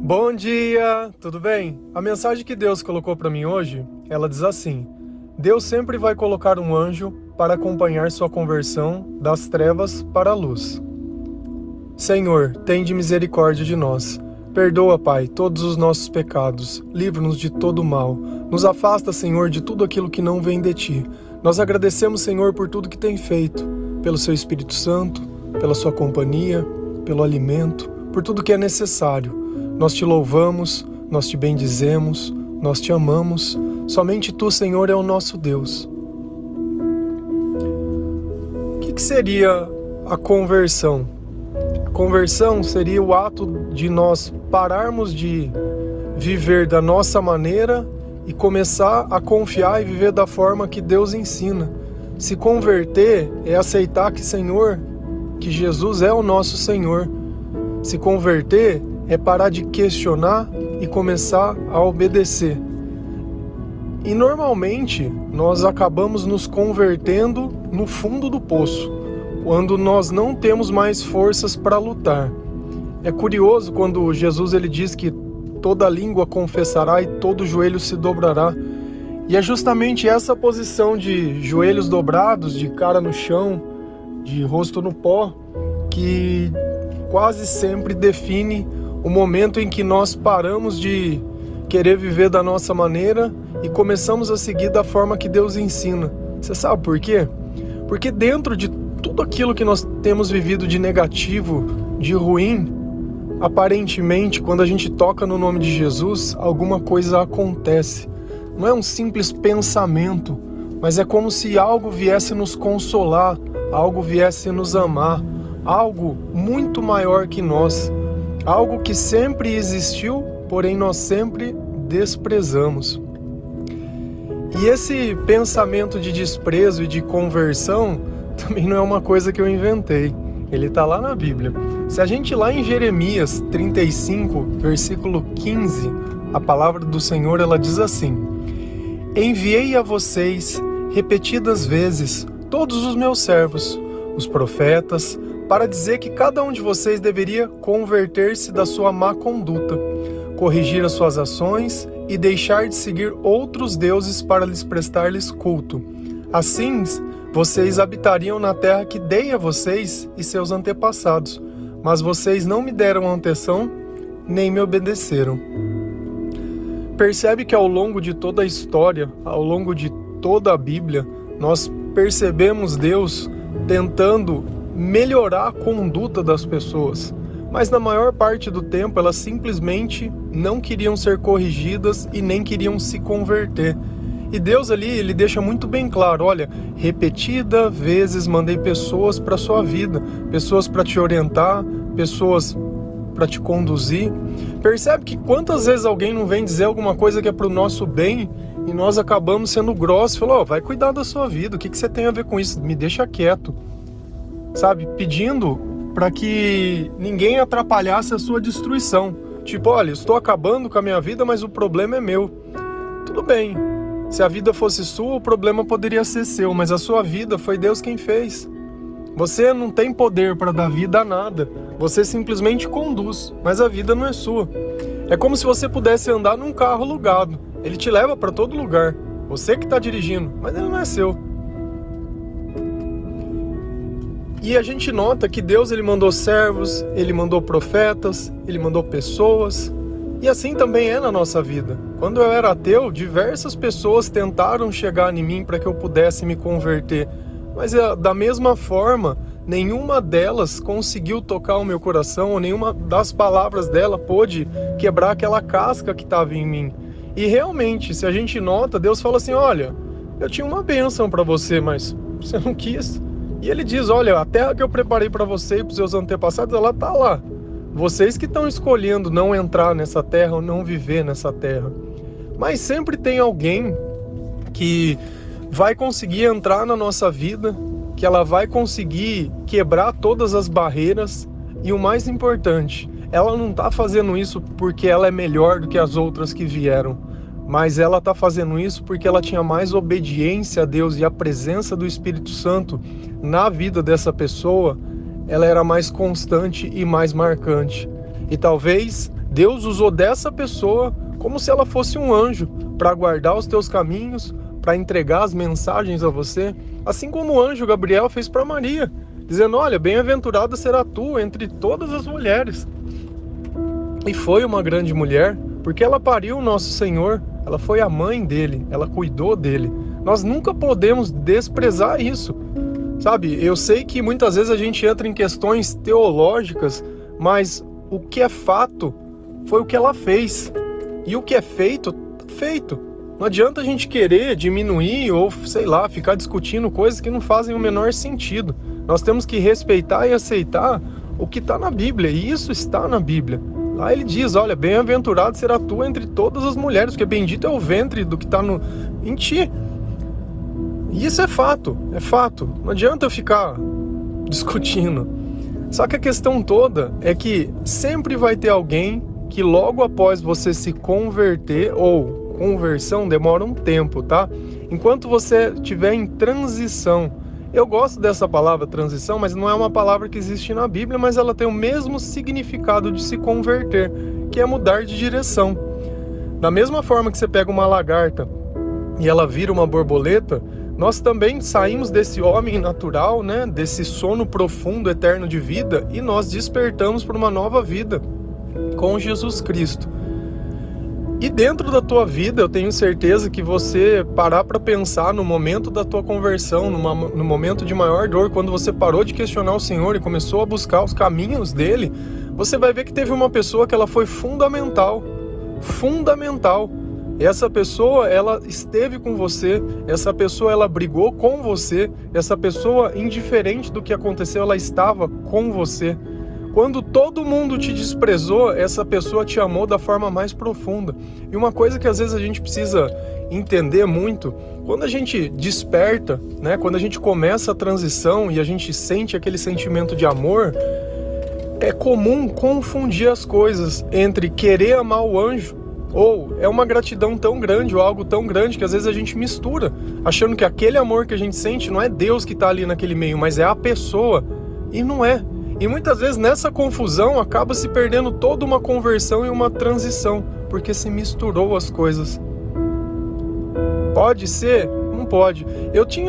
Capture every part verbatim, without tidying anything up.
Bom dia, tudo bem? A mensagem que Deus colocou para mim hoje, ela diz assim: Deus sempre vai colocar um anjo para acompanhar sua conversão das trevas para a luz. Senhor, tende misericórdia de nós. Perdoa, Pai, todos os nossos pecados. Livra-nos de todo o mal. Nos afasta, Senhor, de tudo aquilo que não vem de Ti. Nós agradecemos, Senhor, por tudo que tem feito, pelo Seu Espírito Santo, pela Sua companhia, pelo alimento, por tudo que é necessário. Nós Te louvamos, nós Te bendizemos, nós Te amamos. Somente Tu, Senhor, é o nosso Deus. O que, que seria a conversão? A conversão seria o ato de nós pararmos de viver da nossa maneira e começar a confiar e viver da forma que Deus ensina. Se converter é aceitar que Senhor, que Jesus é o nosso Senhor. Se converter é parar de questionar e começar a obedecer. E normalmente nós acabamos nos convertendo no fundo do poço, quando nós não temos mais forças para lutar. É curioso quando Jesus ele diz que toda língua confessará e todo joelho se dobrará. E é justamente essa posição de joelhos dobrados, de cara no chão, de rosto no pó, que quase sempre define o momento em que nós paramos de querer viver da nossa maneira e começamos a seguir da forma que Deus ensina. Você sabe por quê? Porque dentro de tudo aquilo que nós temos vivido de negativo, de ruim, aparentemente, quando a gente toca no nome de Jesus, alguma coisa acontece. Não é um simples pensamento, mas é como se algo viesse nos consolar, algo viesse nos amar, algo muito maior que nós. Algo que sempre existiu, porém nós sempre desprezamos. E esse pensamento de desprezo e de conversão também não é uma coisa que eu inventei. Ele está lá na Bíblia. Se a gente ir lá em Jeremias trinta e cinco, versículo quinze, a palavra do Senhor ela diz assim: Enviei a vocês repetidas vezes todos os meus servos, os profetas, para dizer que cada um de vocês deveria converter-se da sua má conduta, corrigir as suas ações e deixar de seguir outros deuses para lhes prestar-lhes culto. Assim, vocês habitariam na terra que dei a vocês e seus antepassados, mas vocês não me deram atenção nem me obedeceram. Percebe que ao longo de toda a história, ao longo de toda a Bíblia, nós percebemos Deus tentando melhorar a conduta das pessoas, mas na maior parte do tempo elas simplesmente não queriam ser corrigidas e nem queriam se converter. E Deus ali, ele deixa muito bem claro, olha, repetida vezes mandei pessoas para sua vida, pessoas para te orientar, pessoas para te conduzir. Percebe que quantas vezes alguém não vem dizer alguma coisa que é para o nosso bem e nós acabamos sendo grossos, falou, oh, vai cuidar da sua vida, o que, que você tem a ver com isso? Me deixa quieto. Sabe, pedindo para que ninguém atrapalhasse a sua destruição. Tipo, olha, estou acabando com a minha vida, mas o problema é meu. Tudo bem, se a vida fosse sua, o problema poderia ser seu, mas a sua vida foi Deus quem fez. Você não tem poder para dar vida a nada, você simplesmente conduz, mas a vida não é sua. É como se você pudesse andar num carro alugado, ele te leva para todo lugar, você que está dirigindo, mas ele não é seu. E a gente nota que Deus ele mandou servos, ele mandou profetas, ele mandou pessoas. E assim também é na nossa vida. Quando eu era ateu, diversas pessoas tentaram chegar em mim para que eu pudesse me converter. Mas da mesma forma, nenhuma delas conseguiu tocar o meu coração, ou nenhuma das palavras dela pôde quebrar aquela casca que estava em mim. E realmente, se a gente nota, Deus fala assim, olha, eu tinha uma bênção para você, mas você não quis. E ele diz, olha, a terra que eu preparei para você e para os seus antepassados, ela está lá. Vocês que estão escolhendo não entrar nessa terra ou não viver nessa terra. Mas sempre tem alguém que vai conseguir entrar na nossa vida, que ela vai conseguir quebrar todas as barreiras. E o mais importante, ela não está fazendo isso porque ela é melhor do que as outras que vieram. Mas ela está fazendo isso porque ela tinha mais obediência a Deus e a presença do Espírito Santo na vida dessa pessoa, ela era mais constante e mais marcante. E talvez Deus usou dessa pessoa como se ela fosse um anjo para guardar os teus caminhos, para entregar as mensagens a você, assim como o anjo Gabriel fez para Maria, dizendo: olha, bem-aventurada será tu entre todas as mulheres. E foi uma grande mulher, porque ela pariu o nosso Senhor, ela foi a mãe dele, ela cuidou dele. Nós nunca podemos desprezar isso, sabe? Eu sei que muitas vezes a gente entra em questões teológicas, mas o que é fato foi o que ela fez. E o que é feito, tá feito. Não adianta a gente querer diminuir ou, sei lá, ficar discutindo coisas que não fazem o menor sentido. Nós temos que respeitar e aceitar o que está na Bíblia, e isso está na Bíblia. Lá ele diz: olha, bem-aventurado será tu entre todas as mulheres, porque bendito é o ventre do que está no... em ti. E isso é fato, é fato. Não adianta eu ficar discutindo. Só que a questão toda é que sempre vai ter alguém que logo após você se converter, ou conversão demora um tempo, tá? Enquanto você estiver em transição. Eu gosto dessa palavra transição, mas não é uma palavra que existe na Bíblia, mas ela tem o mesmo significado de se converter, que é mudar de direção. Da mesma forma que você pega uma lagarta e ela vira uma borboleta, nós também saímos desse homem natural, né, desse sono profundo, eterno de vida, e nós despertamos para uma nova vida com Jesus Cristo. E dentro da tua vida, eu tenho certeza que você parar para pensar no momento da tua conversão, numa, no momento de maior dor, quando você parou de questionar o Senhor e começou a buscar os caminhos dele, você vai ver que teve uma pessoa que ela foi fundamental, fundamental. Essa pessoa, ela esteve com você, essa pessoa, ela brigou com você, essa pessoa, indiferente do que aconteceu, ela estava com você. Quando todo mundo te desprezou, essa pessoa te amou da forma mais profunda. E uma coisa que às vezes a gente precisa entender muito, quando a gente desperta, né, quando a gente começa a transição e a gente sente aquele sentimento de amor, é comum confundir as coisas entre querer amar o anjo, ou é uma gratidão tão grande, ou algo tão grande, que às vezes a gente mistura, achando que aquele amor que a gente sente não é Deus que está ali naquele meio, mas é a pessoa, e não é. E muitas vezes nessa confusão acaba se perdendo toda uma conversão e uma transição, porque se misturou as coisas. Pode ser? Não pode. Eu tinha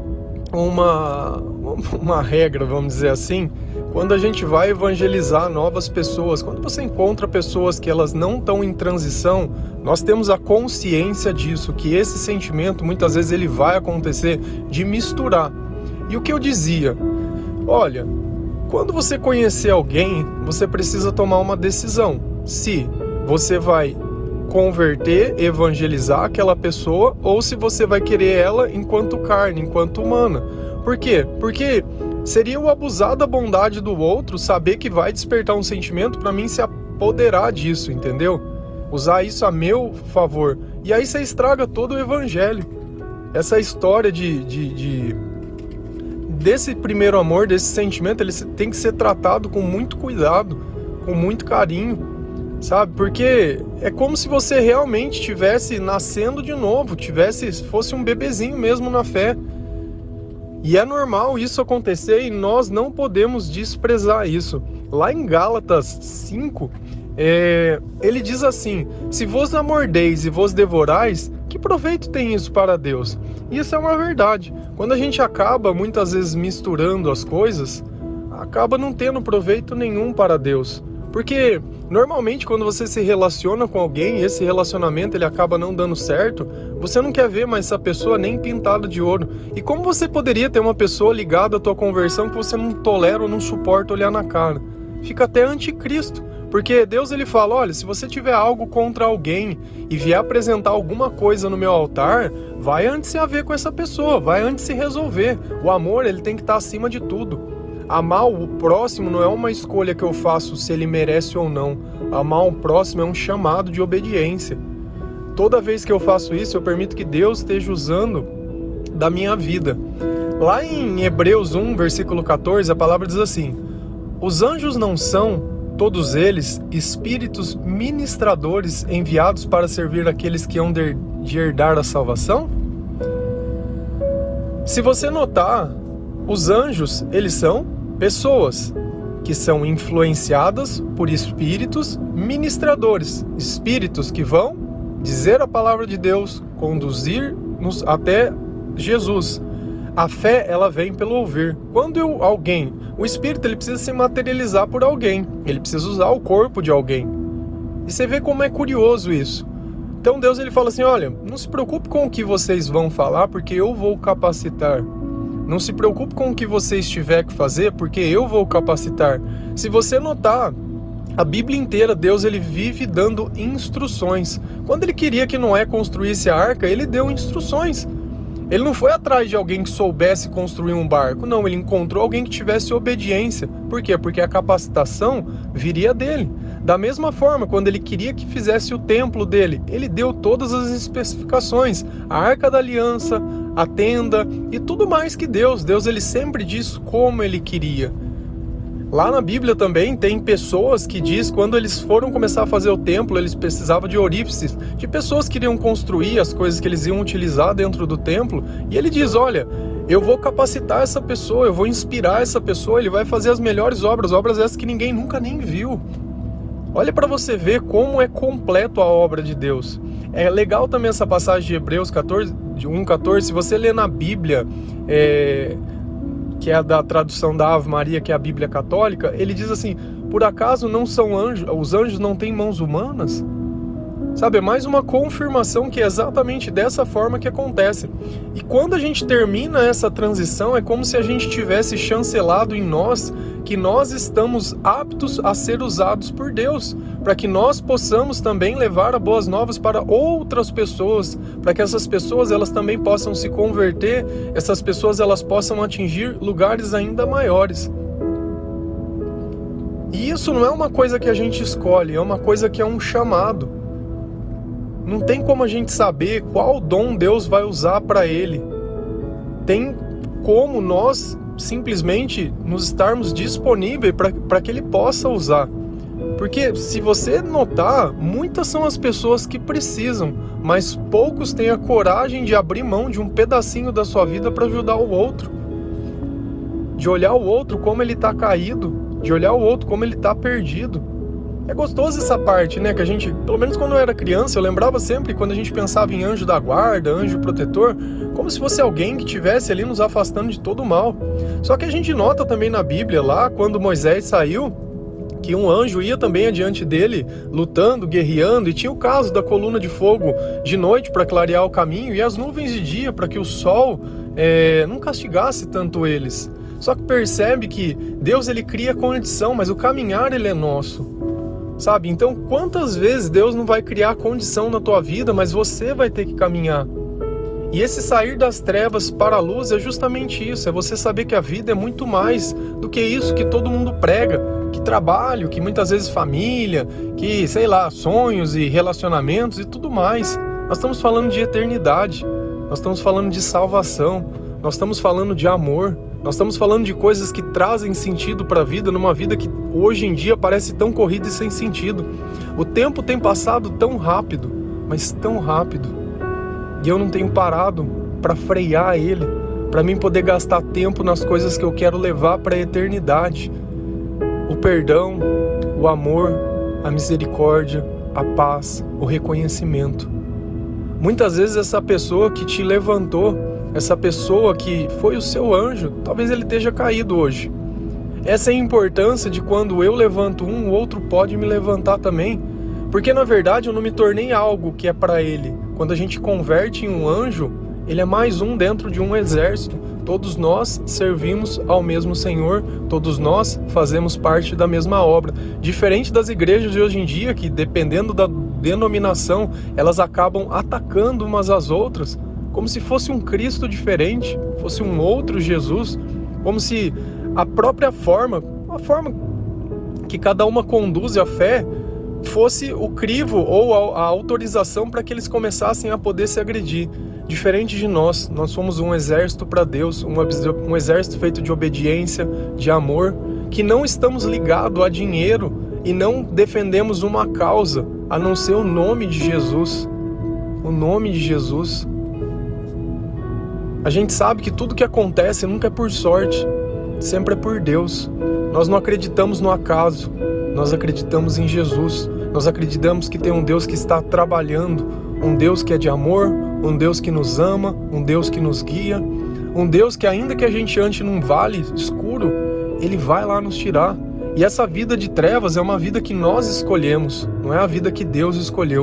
uma, uma regra, vamos dizer assim, quando a gente vai evangelizar novas pessoas, quando você encontra pessoas que elas não estão em transição, nós temos a consciência disso, que esse sentimento muitas vezes ele vai acontecer de misturar. E o que eu dizia? Olha, quando você conhecer alguém, você precisa tomar uma decisão. Se você vai converter, evangelizar aquela pessoa, ou se você vai querer ela enquanto carne, enquanto humana. Por quê? Porque seria o abusar da bondade do outro, saber que vai despertar um sentimento para mim se apoderar disso, entendeu? Usar isso a meu favor. E aí você estraga todo o evangelho. Essa história de... de, de desse primeiro amor, desse sentimento, ele tem que ser tratado com muito cuidado, com muito carinho, sabe? Porque é como se você realmente estivesse nascendo de novo, tivesse, fosse um bebezinho mesmo na fé. E é normal isso acontecer e nós não podemos desprezar isso. Lá em Gálatas cinco, é, ele diz assim: se vos amordeis e vos devorais, que proveito tem isso para Deus? Isso é uma verdade. Quando a gente acaba muitas vezes misturando as coisas, acaba não tendo proveito nenhum para Deus. Porque normalmente quando você se relaciona com alguém e esse relacionamento ele acaba não dando certo, você não quer ver mais essa pessoa nem pintada de ouro. E como você poderia ter uma pessoa ligada à tua conversão que você não tolera ou não suporta olhar na cara? Fica até anticristo. Porque Deus ele fala: olha, se você tiver algo contra alguém e vier apresentar alguma coisa no meu altar, vai antes se haver com essa pessoa, vai antes se resolver. O amor ele tem que estar acima de tudo. Amar o próximo não é uma escolha que eu faço se ele merece ou não. Amar o próximo é um chamado de obediência. Toda vez que eu faço isso, eu permito que Deus esteja usando da minha vida. Lá em Hebreus um, versículo catorze, a palavra diz assim: os anjos não são todos eles espíritos ministradores enviados para servir aqueles que hão de herdar a salvação? Se você notar, os anjos, eles são pessoas. que são influenciadas por espíritos ministradores, espíritos que vão dizer a palavra de Deus, conduzir-nos até Jesus. A fé, ela vem pelo ouvir. Quando eu, alguém, o espírito, ele precisa se materializar por alguém, ele precisa usar o corpo de alguém. E você vê como é curioso isso. Então Deus, ele fala assim, olha, não se preocupe com o que vocês vão falar, porque eu vou capacitar. Não se preocupe com o que vocês tiver que fazer, porque eu vou capacitar. Se você notar, a Bíblia inteira, Deus, ele vive dando instruções. Quando ele queria que Noé construísse a arca, ele deu instruções. Ele não foi atrás de alguém que soubesse construir um barco, não, ele encontrou alguém que tivesse obediência. Por quê? Porque a capacitação viria dele. Da mesma forma, quando ele queria que fizesse o templo dele, ele deu todas as especificações, a arca da aliança, a tenda e tudo mais que Deus. Deus, ele sempre diz como ele queria. Lá na Bíblia também tem pessoas que diz quando eles foram começar a fazer o templo, eles precisavam de orífices, de pessoas que iriam construir as coisas que eles iam utilizar dentro do templo. E ele diz, olha, eu vou capacitar essa pessoa, eu vou inspirar essa pessoa, ele vai fazer as melhores obras, obras essas que ninguém nunca nem viu. Olha para você ver como é completo a obra de Deus. É legal também essa passagem de Hebreus catorze, de um catorze, se você ler na Bíblia, é... que é a da tradução da Ave Maria, que é a Bíblia católica, ele diz assim, por acaso não são anjos, os anjos não têm mãos humanas? Sabe, é mais uma confirmação que é exatamente dessa forma que acontece. E quando a gente termina essa transição, é como se a gente tivesse chancelado em nós que nós estamos aptos a ser usados por Deus, para que nós possamos também levar a boas novas para outras pessoas, para que essas pessoas elas também possam se converter, essas pessoas elas possam atingir lugares ainda maiores. E isso não é uma coisa que a gente escolhe, é uma coisa que é um chamado. Não tem como a gente saber qual dom Deus vai usar para ele. Tem como nós simplesmente nos estarmos disponíveis para que ele possa usar. Porque se você notar, muitas são as pessoas que precisam, mas poucos têm a coragem de abrir mão de um pedacinho da sua vida para ajudar o outro. De olhar o outro como ele está caído, de olhar o outro como ele está perdido. É gostoso essa parte, né, que a gente, pelo menos quando eu era criança, eu lembrava sempre, quando a gente pensava em anjo da guarda, anjo protetor, como se fosse alguém que estivesse ali nos afastando de todo o mal. Só que a gente nota também na Bíblia, lá quando Moisés saiu, que um anjo ia também adiante dele, lutando, guerreando, e tinha o caso da coluna de fogo de noite para clarear o caminho, e as nuvens de dia para que o sol é, não castigasse tanto eles. Só que percebe que Deus, ele cria condição, mas o caminhar, ele é nosso. Sabe? Então, quantas vezes Deus não vai criar condição na tua vida, mas você vai ter que caminhar. E esse sair das trevas para a luz é justamente isso, é você saber que a vida é muito mais do que isso que todo mundo prega, que trabalho, que muitas vezes família, que, sei lá, sonhos e relacionamentos e tudo mais. Nós estamos falando de eternidade, nós estamos falando de salvação, nós estamos falando de amor, nós estamos falando de coisas que trazem sentido para a vida, numa vida que hoje em dia parece tão corrida e sem sentido. O tempo tem passado tão rápido, mas tão rápido. E eu não tenho parado para frear ele, para mim poder gastar tempo nas coisas que eu quero levar para a eternidade. O perdão, o amor, a misericórdia, a paz, o reconhecimento. Muitas vezes essa pessoa que te levantou, essa pessoa que foi o seu anjo, talvez ele esteja caído hoje. Essa é a importância de quando eu levanto um, o outro pode me levantar também. Porque na verdade eu não me tornei algo que é para ele. Quando a gente converte em um anjo, ele é mais um dentro de um exército. Todos nós servimos ao mesmo Senhor, todos nós fazemos parte da mesma obra. Diferente das igrejas de hoje em dia, que dependendo da denominação, elas acabam atacando umas às outras, como se fosse um Cristo diferente, fosse um outro Jesus, como se a própria forma, a forma que cada uma conduz a fé, fosse o crivo ou a, a autorização para que eles começassem a poder se agredir. Diferente de nós, nós somos um exército para Deus, um, um exército feito de obediência, de amor, que não estamos ligados a dinheiro e não defendemos uma causa, a não ser o nome de Jesus. O nome de Jesus. A gente sabe que tudo que acontece nunca é por sorte, sempre é por Deus. Nós não acreditamos no acaso, nós acreditamos em Jesus. Nós acreditamos que tem um Deus que está trabalhando, um Deus que é de amor, um Deus que nos ama, um Deus que nos guia, um Deus que ainda que a gente ande num vale escuro, Ele vai lá nos tirar. E essa vida de trevas é uma vida que nós escolhemos, não é a vida que Deus escolheu.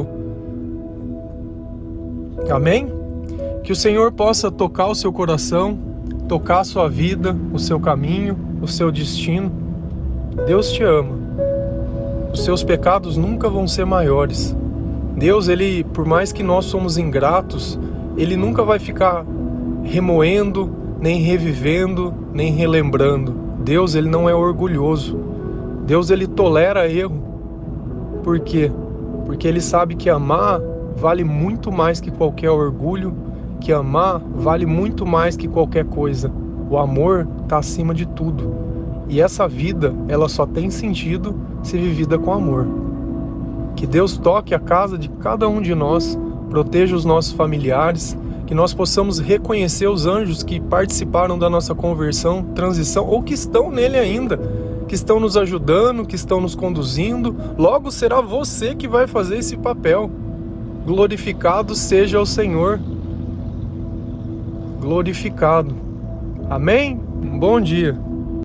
Amém? Que o Senhor possa tocar o seu coração, tocar a sua vida, o seu caminho, o seu destino. Deus te ama. Os seus pecados nunca vão ser maiores. Deus, Ele, por mais que nós somos ingratos, Ele nunca vai ficar remoendo, nem revivendo, nem relembrando. Deus, Ele não é orgulhoso. Deus, Ele tolera erro. Por quê? Porque Ele sabe que amar vale muito mais que qualquer orgulho, que amar vale muito mais que qualquer coisa. O amor está acima de tudo. E essa vida, ela só tem sentido se vivida com amor. Que Deus toque a casa de cada um de nós, proteja os nossos familiares, que nós possamos reconhecer os anjos que participaram da nossa conversão, transição, ou que estão nele ainda, que estão nos ajudando, que estão nos conduzindo. Logo será você que vai fazer esse papel. Glorificado seja o Senhor. Glorificado. Amém? Um bom dia.